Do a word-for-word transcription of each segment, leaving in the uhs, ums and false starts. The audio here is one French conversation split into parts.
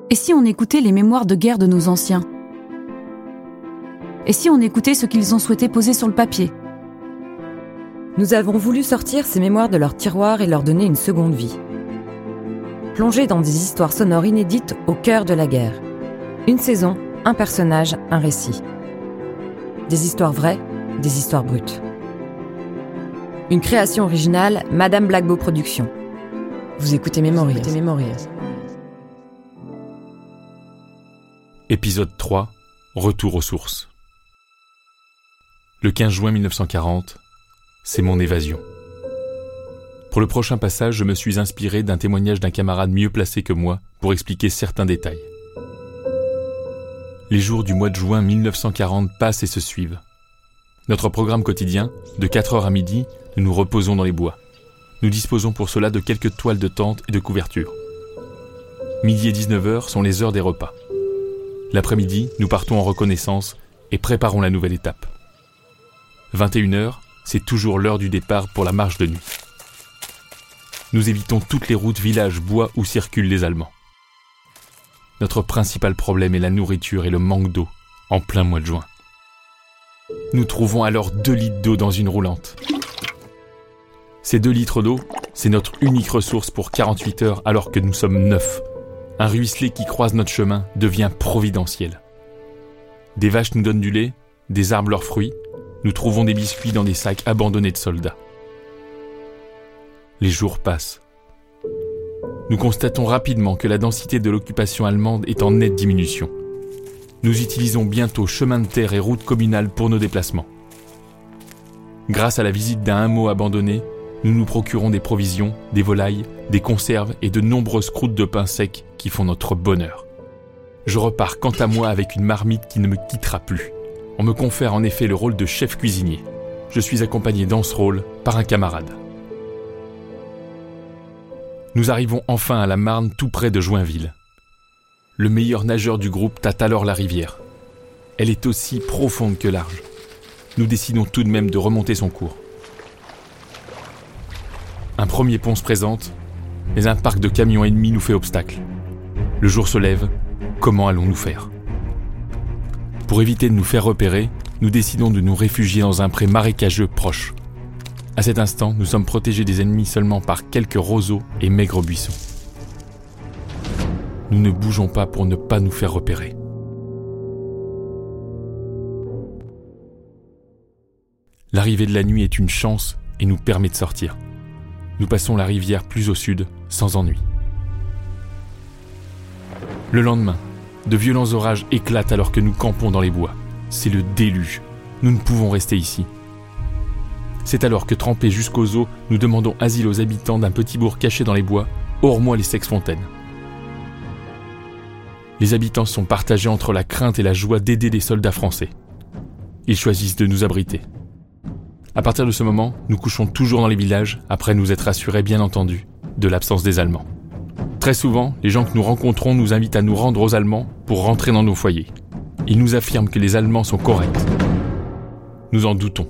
Et si on écoutait les mémoires de guerre de nos anciens ? Et si on écoutait ce qu'ils ont souhaité poser sur le papier ? Nous avons voulu sortir ces mémoires de leur tiroir et leur donner une seconde vie. Plonger dans des histoires sonores inédites au cœur de la guerre. Une saison, un personnage, un récit. Des histoires vraies, des histoires brutes. Une création originale, Madame Blagbo Productions. Vous écoutez Mémorias. Vous écoutez Mémorias. Épisode trois, Retour aux sources. Le quinze juin mille neuf cent quarante, c'est mon évasion. Pour le prochain passage, je me suis inspiré d'un témoignage d'un camarade mieux placé que moi pour expliquer certains détails. Les jours du mois de juin mille neuf cent quarante passent et se suivent. Notre programme quotidien, de quatre heures à midi, nous nous reposons dans les bois. Nous disposons pour cela de quelques toiles de tente et de couvertures. Midi et dix-neuf heures sont les heures des repas. L'après-midi, nous partons en reconnaissance et préparons la nouvelle étape. vingt et une heures, c'est toujours l'heure du départ pour la marche de nuit. Nous évitons toutes les routes villages bois où circulent les Allemands. Notre principal problème est la nourriture et le manque d'eau, en plein mois de juin. Nous trouvons alors deux litres d'eau dans une roulante. Ces deux litres d'eau, c'est notre unique ressource pour quarante-huit heures alors que nous sommes neuf. Un ruisselet qui croise notre chemin devient providentiel. Des vaches nous donnent du lait, des arbres leurs fruits, nous trouvons des biscuits dans des sacs abandonnés de soldats. Les jours passent. Nous constatons rapidement que la densité de l'occupation allemande est en nette diminution. Nous utilisons bientôt chemins de terre et routes communales pour nos déplacements. Grâce à la visite d'un hameau abandonné, nous nous procurons des provisions, des volailles, des conserves et de nombreuses croûtes de pain sec qui font notre bonheur. Je repars quant à moi avec une marmite qui ne me quittera plus. On me confère en effet le rôle de chef cuisinier. Je suis accompagné dans ce rôle par un camarade. Nous arrivons enfin à la Marne, tout près de Joinville. Le meilleur nageur du groupe tâte alors la rivière. Elle est aussi profonde que large. Nous décidons tout de même de remonter son cours. Un premier pont se présente, mais un parc de camions ennemis nous fait obstacle. Le jour se lève, comment allons-nous faire ? Pour éviter de nous faire repérer, nous décidons de nous réfugier dans un pré marécageux proche. À cet instant, nous sommes protégés des ennemis seulement par quelques roseaux et maigres buissons. Nous ne bougeons pas pour ne pas nous faire repérer. L'arrivée de la nuit est une chance et nous permet de sortir. Nous passons la rivière plus au sud, sans ennui. Le lendemain, de violents orages éclatent alors que nous campons dans les bois. C'est le déluge. Nous ne pouvons rester ici. C'est alors que, trempés jusqu'aux os, nous demandons asile aux habitants d'un petit bourg caché dans les bois, hors moi les Seix-Fontaines. Les habitants sont partagés entre la crainte et la joie d'aider les soldats français. Ils choisissent de nous abriter. À partir de ce moment, nous couchons toujours dans les villages, après nous être assurés, bien entendu, de l'absence des Allemands. Très souvent, les gens que nous rencontrons nous invitent à nous rendre aux Allemands pour rentrer dans nos foyers. Ils nous affirment que les Allemands sont corrects. Nous en doutons.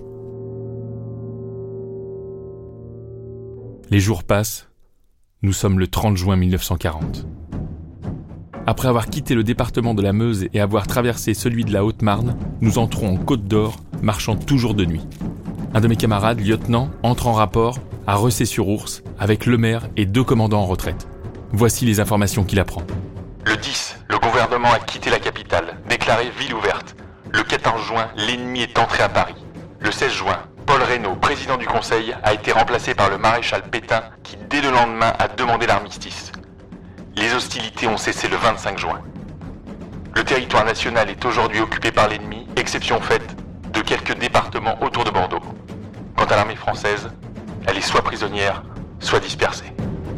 Les jours passent. Nous sommes le trente juin mille neuf cent quarante. Après avoir quitté le département de la Meuse et avoir traversé celui de la Haute-Marne, nous entrons en Côte d'Or, marchant toujours de nuit. Un de mes camarades, lieutenant, entre en rapport à Ressé-sur-Ours avec le maire et deux commandants en retraite. Voici les informations qu'il apprend. Le dix, le gouvernement a quitté la capitale, déclaré ville ouverte. Le quatorze juin, l'ennemi est entré à Paris. Le seize juin, Paul Reynaud, président du Conseil, a été remplacé par le maréchal Pétain qui, dès le lendemain, a demandé l'armistice. Les hostilités ont cessé le vingt-cinq juin. Le territoire national est aujourd'hui occupé par l'ennemi, exception faite de quelques départements autour de Bordeaux. Quant à l'armée française, elle est soit prisonnière, soit dispersée.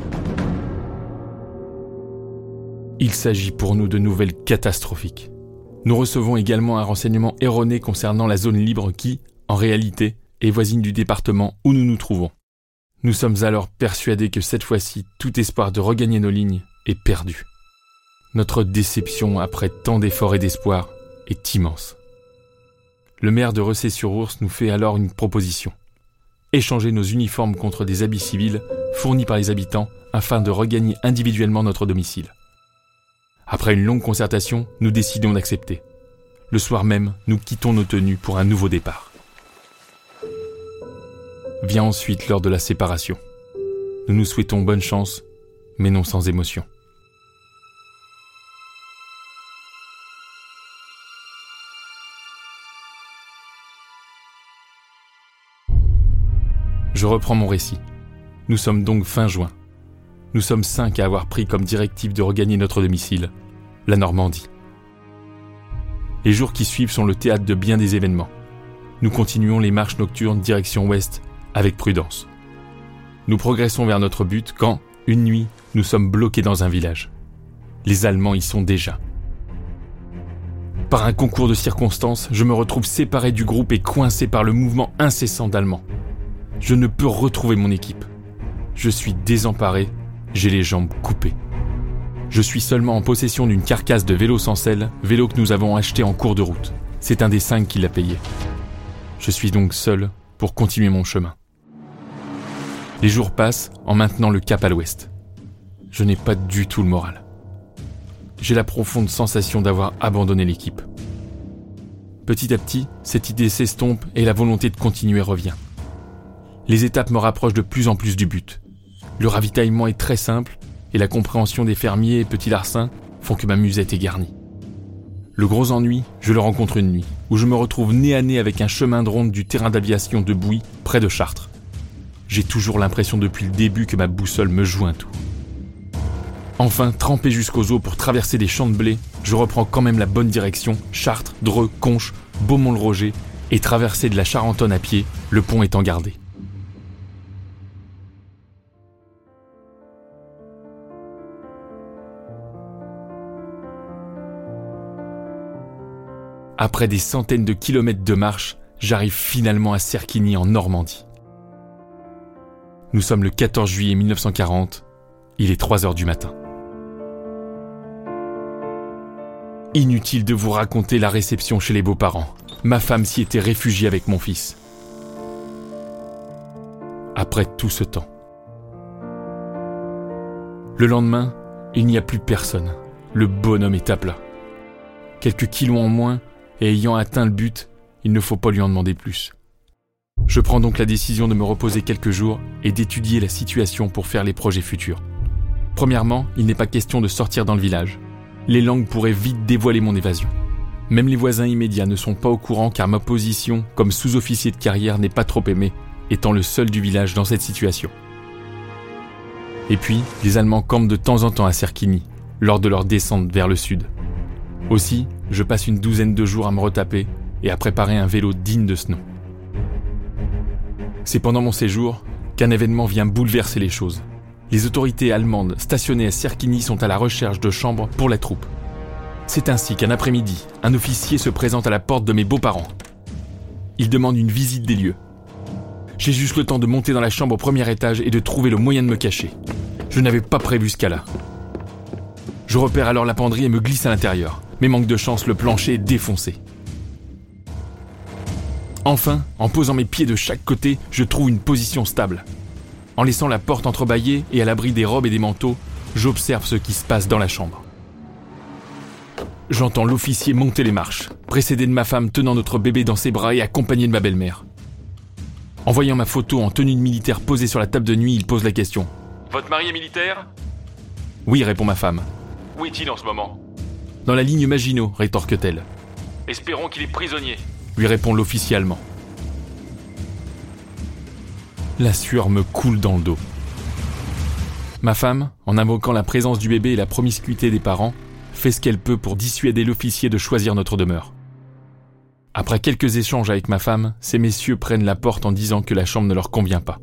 Il s'agit pour nous de nouvelles catastrophiques. Nous recevons également un renseignement erroné concernant la zone libre qui, en réalité, est voisine du département où nous nous trouvons. Nous sommes alors persuadés que cette fois-ci, tout espoir de regagner nos lignes est perdu. Notre déception après tant d'efforts et d'espoir est immense. Le maire de Ressé-sur-Ours nous fait alors une proposition. Échanger nos uniformes contre des habits civils fournis par les habitants afin de regagner individuellement notre domicile. Après une longue concertation, nous décidons d'accepter. Le soir même, nous quittons nos tenues pour un nouveau départ. Vient ensuite l'heure de la séparation. Nous nous souhaitons bonne chance, mais non sans émotion. Je reprends mon récit. Nous sommes donc fin juin. Nous sommes cinq à avoir pris comme directive de regagner notre domicile, la Normandie. Les jours qui suivent sont le théâtre de bien des événements. Nous continuons les marches nocturnes direction ouest avec prudence. Nous progressons vers notre but quand, une nuit, nous sommes bloqués dans un village. Les Allemands y sont déjà. Par un concours de circonstances, je me retrouve séparé du groupe et coincé par le mouvement incessant d'Allemands. Je ne peux retrouver mon équipe. Je suis désemparé, j'ai les jambes coupées. Je suis seulement en possession d'une carcasse de vélo sans selle, vélo que nous avons acheté en cours de route. C'est un des cinq qui l'a payé. Je suis donc seul pour continuer mon chemin. Les jours passent en maintenant le cap à l'ouest. Je n'ai pas du tout le moral. J'ai la profonde sensation d'avoir abandonné l'équipe. Petit à petit, cette idée s'estompe et la volonté de continuer revient. Les étapes me rapprochent de plus en plus du but. Le ravitaillement est très simple et la compréhension des fermiers et petits larcins font que ma musette est garnie. Le gros ennui, je le rencontre une nuit, où je me retrouve nez à nez avec un chemin de ronde du terrain d'aviation de Bouy, près de Chartres. J'ai toujours l'impression depuis le début que ma boussole me joue un tour. Enfin, trempé jusqu'aux os pour traverser des champs de blé, je reprends quand même la bonne direction, Chartres, Dreux, Conches, Beaumont-le-Roger, et traverser de la Charentonne à pied, le pont étant gardé. Après des centaines de kilomètres de marche, j'arrive finalement à Serquigny en Normandie. Nous sommes le quatorze juillet mille neuf cent quarante, il est trois heures du matin. Inutile de vous raconter la réception chez les beaux-parents. Ma femme s'y était réfugiée avec mon fils. Après tout ce temps. Le lendemain, il n'y a plus personne. Le bonhomme est à plat. Quelques kilos en moins, et ayant atteint le but, il ne faut pas lui en demander plus. Je prends donc la décision de me reposer quelques jours et d'étudier la situation pour faire les projets futurs. Premièrement, il n'est pas question de sortir dans le village. Les langues pourraient vite dévoiler mon évasion. Même les voisins immédiats ne sont pas au courant car ma position comme sous-officier de carrière n'est pas trop aimée, étant le seul du village dans cette situation. Et puis, les Allemands campent de temps en temps à Serquigny, lors de leur descente vers le sud. Aussi, je passe une douzaine de jours à me retaper et à préparer un vélo digne de ce nom. C'est pendant mon séjour qu'un événement vient bouleverser les choses. Les autorités allemandes stationnées à Serquigny sont à la recherche de chambres pour la troupe. C'est ainsi qu'un après-midi, un officier se présente à la porte de mes beaux-parents. Il demande une visite des lieux. J'ai juste le temps de monter dans la chambre au premier étage et de trouver le moyen de me cacher. Je n'avais pas prévu ce cas-là. Je repère alors la penderie et me glisse à l'intérieur. Mais manque de chance, le plancher est défoncé. Enfin, en posant mes pieds de chaque côté, je trouve une position stable. En laissant la porte entrebâillée et à l'abri des robes et des manteaux, j'observe ce qui se passe dans la chambre. J'entends l'officier monter les marches, précédé de ma femme tenant notre bébé dans ses bras et accompagné de ma belle-mère. En voyant ma photo en tenue de militaire posée sur la table de nuit, il pose la question. « Votre mari est militaire ?» ?»« Oui, répond ma femme. »« Où est-il en ce moment ?»« Dans la ligne Maginot, rétorque-t-elle. »« Espérons qu'il est prisonnier, » lui répond l'officier allemand. La sueur me coule dans le dos. Ma femme, en invoquant la présence du bébé et la promiscuité des parents, fait ce qu'elle peut pour dissuader l'officier de choisir notre demeure. Après quelques échanges avec ma femme, ces messieurs prennent la porte en disant que la chambre ne leur convient pas.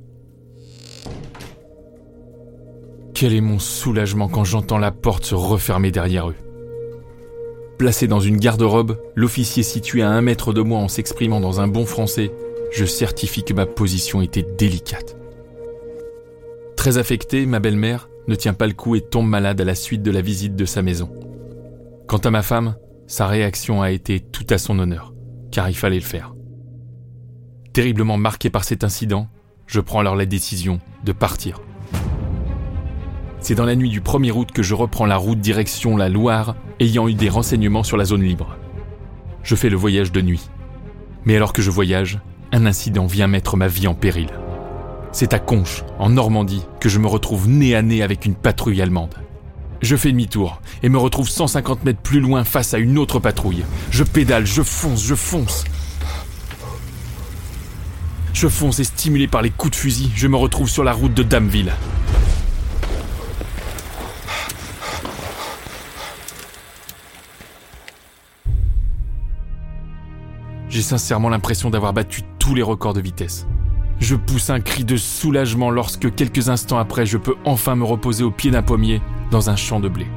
Quel est mon soulagement quand j'entends la porte se refermer derrière eux. Placé dans une garde-robe, l'officier situé à un mètre de moi en s'exprimant dans un bon français, je certifie que ma position était délicate. Très affectée, ma belle-mère ne tient pas le coup et tombe malade à la suite de la visite de sa maison. Quant à ma femme, sa réaction a été tout à son honneur, car il fallait le faire. Terriblement marqué par cet incident, je prends alors la décision de partir. C'est dans la nuit du premier août que je reprends la route direction la Loire, ayant eu des renseignements sur la zone libre. Je fais le voyage de nuit. Mais alors que je voyage, un incident vient mettre ma vie en péril. C'est à Conches, en Normandie, que je me retrouve nez à nez avec une patrouille allemande. Je fais demi-tour et me retrouve cent cinquante mètres plus loin face à une autre patrouille. Je pédale, je fonce, je fonce. Je fonce et stimulé par les coups de fusil, je me retrouve sur la route de Dameville. J'ai sincèrement l'impression d'avoir battu tous les records de vitesse. Je pousse un cri de soulagement lorsque, quelques instants après, je peux enfin me reposer au pied d'un pommier dans un champ de blé.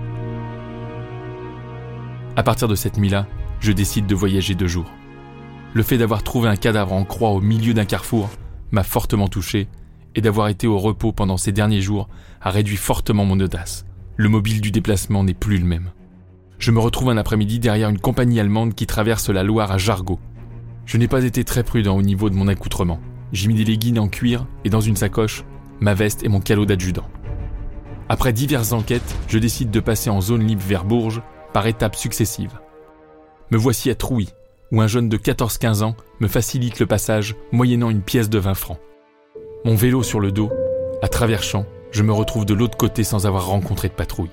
À partir de cette nuit-là, je décide de voyager de jour. Le fait d'avoir trouvé un cadavre en croix au milieu d'un carrefour m'a fortement touché et d'avoir été au repos pendant ces derniers jours a réduit fortement mon audace. Le mobile du déplacement n'est plus le même. Je me retrouve un après-midi derrière une compagnie allemande qui traverse la Loire à Jargeau. Je n'ai pas été très prudent au niveau de mon accoutrement. J'ai mis des leggings en cuir et dans une sacoche, ma veste et mon calot d'adjudant. Après diverses enquêtes, je décide de passer en zone libre vers Bourges par étapes successives. Me voici à Trouy, où un jeune de quatorze à quinze ans me facilite le passage moyennant une pièce de vingt francs. Mon vélo sur le dos, à travers champs, je me retrouve de l'autre côté sans avoir rencontré de patrouille.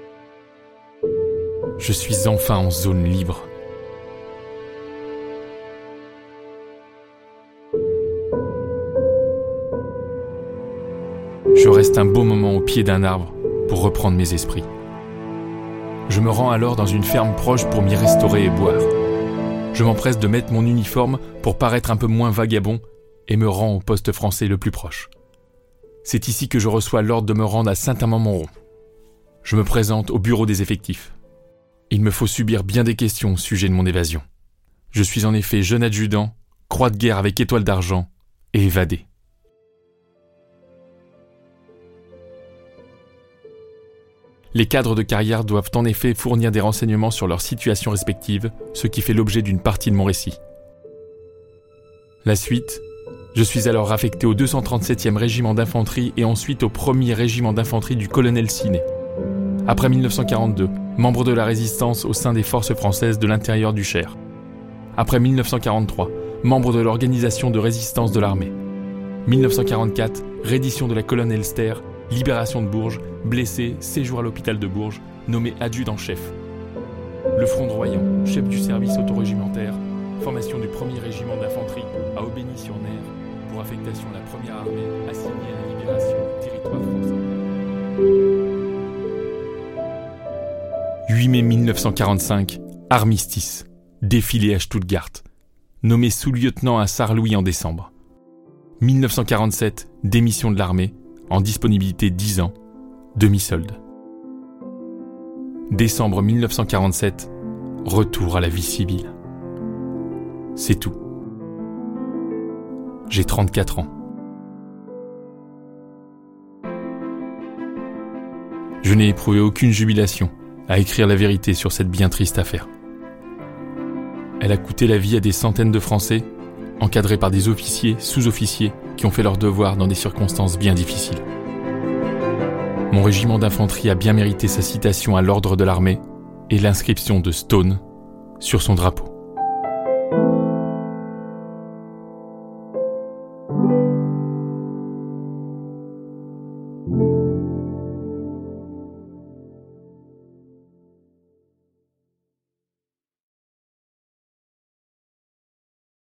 Je suis enfin en zone libre. Je reste un beau moment au pied d'un arbre pour reprendre mes esprits. Je me rends alors dans une ferme proche pour m'y restaurer et boire. Je m'empresse de mettre mon uniforme pour paraître un peu moins vagabond et me rends au poste français le plus proche. C'est ici que je reçois l'ordre de me rendre à Saint-Amand-Montrond. Je me présente au bureau des effectifs. Il me faut subir bien des questions au sujet de mon évasion. Je suis en effet jeune adjudant, croix de guerre avec étoile d'argent et évadé. Les cadres de carrière doivent en effet fournir des renseignements sur leur situation respective, ce qui fait l'objet d'une partie de mon récit. La suite, je suis alors affecté au deux cent trente-septième régiment d'infanterie et ensuite au premier régiment d'infanterie du colonel Siné. Après dix-neuf cent quarante-deux, membre de la résistance au sein des forces françaises de l'intérieur du Cher. Après dix-neuf cent quarante-trois, membre de l'organisation de résistance de l'armée. dix-neuf cent quarante-quatre, reddition de la colonne Elster, libération de Bourges, blessé, séjour à l'hôpital de Bourges, nommé adjudant-chef. Le front de Royan, chef du service autorégimentaire, formation du premier régiment d'infanterie à Aubigny-sur-Ner, pour affectation à la première armée assignée à la libération du territoire français. huit mai mille neuf cent quarante-cinq, armistice, défilé à Stuttgart, nommé sous-lieutenant à Sarre-Louis en décembre. dix-neuf cent quarante-sept, démission de l'armée, en disponibilité dix ans, demi-solde. Décembre dix-neuf cent quarante-sept, retour à la vie civile. C'est tout. J'ai trente-quatre ans. Je n'ai éprouvé aucune jubilation à écrire la vérité sur cette bien triste affaire. Elle a coûté la vie à des centaines de Français, encadrés par des officiers, sous-officiers, qui ont fait leur devoir dans des circonstances bien difficiles. Mon régiment d'infanterie a bien mérité sa citation à l'ordre de l'armée et l'inscription de Stone sur son drapeau.